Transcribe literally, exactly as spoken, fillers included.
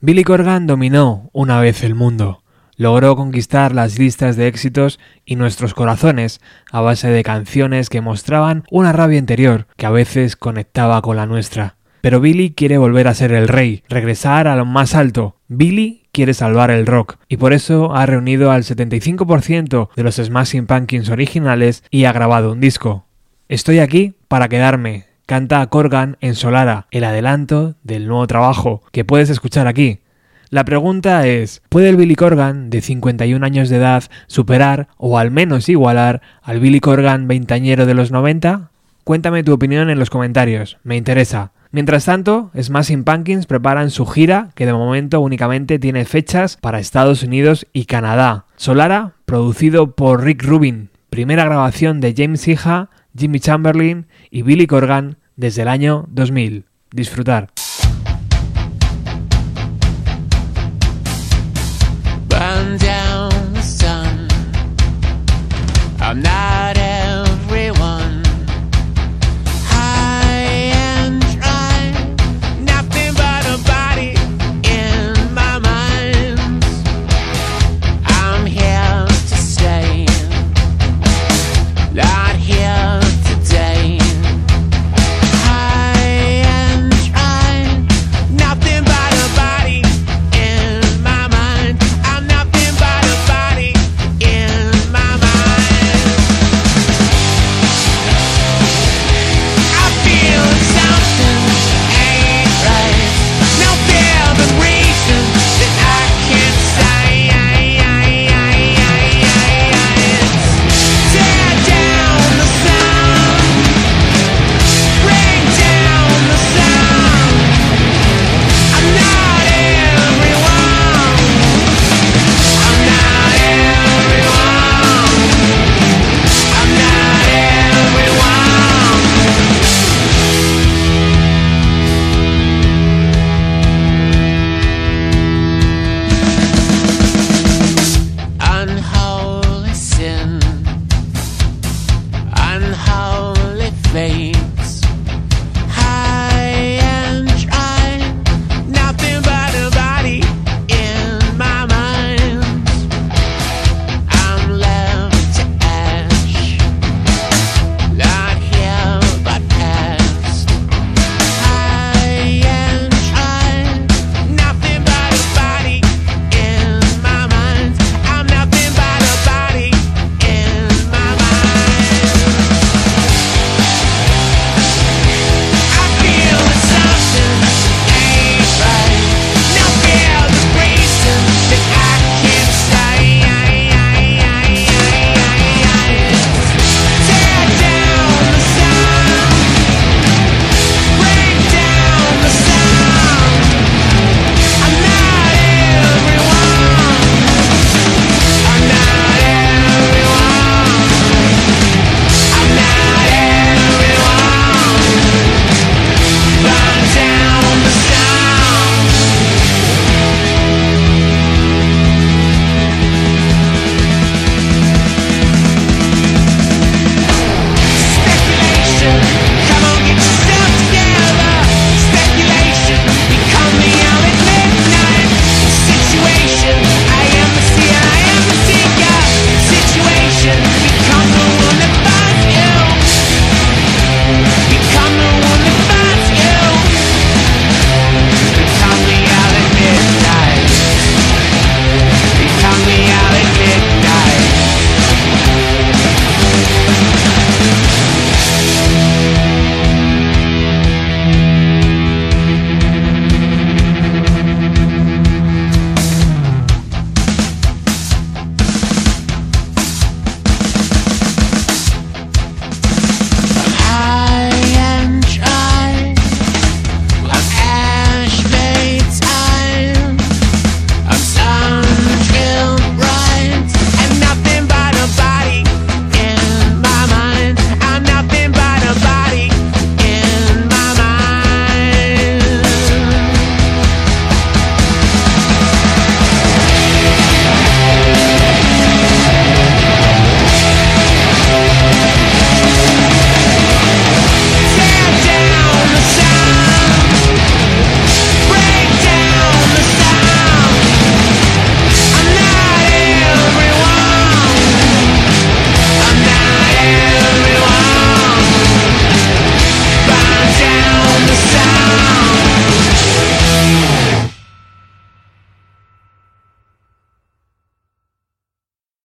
Billy Corgan dominó una vez el mundo. Logró conquistar las listas de éxitos y nuestros corazones a base de canciones que mostraban una rabia interior que a veces conectaba con la nuestra. Pero Billy quiere volver a ser el rey, regresar a lo más alto. Billy quiere salvar el rock y por eso ha reunido al setenta y cinco por ciento de los Smashing Pumpkins originales y ha grabado un disco. Estoy aquí para quedarme. Canta Corgan en Solara, el adelanto del nuevo trabajo que puedes escuchar aquí. La pregunta es, ¿puede el Billy Corgan de cincuenta y un años de edad superar o al menos igualar al Billy Corgan veinteañero de los noventa? Cuéntame tu opinión en los comentarios, me interesa. Mientras tanto, Smashing Pumpkins preparan su gira que de momento únicamente tiene fechas para Estados Unidos y Canadá. Solara, producido por Rick Rubin, primera grabación de James Iha, Jimmy Chamberlin y Billy Corgan desde el año dos mil. Disfrutar.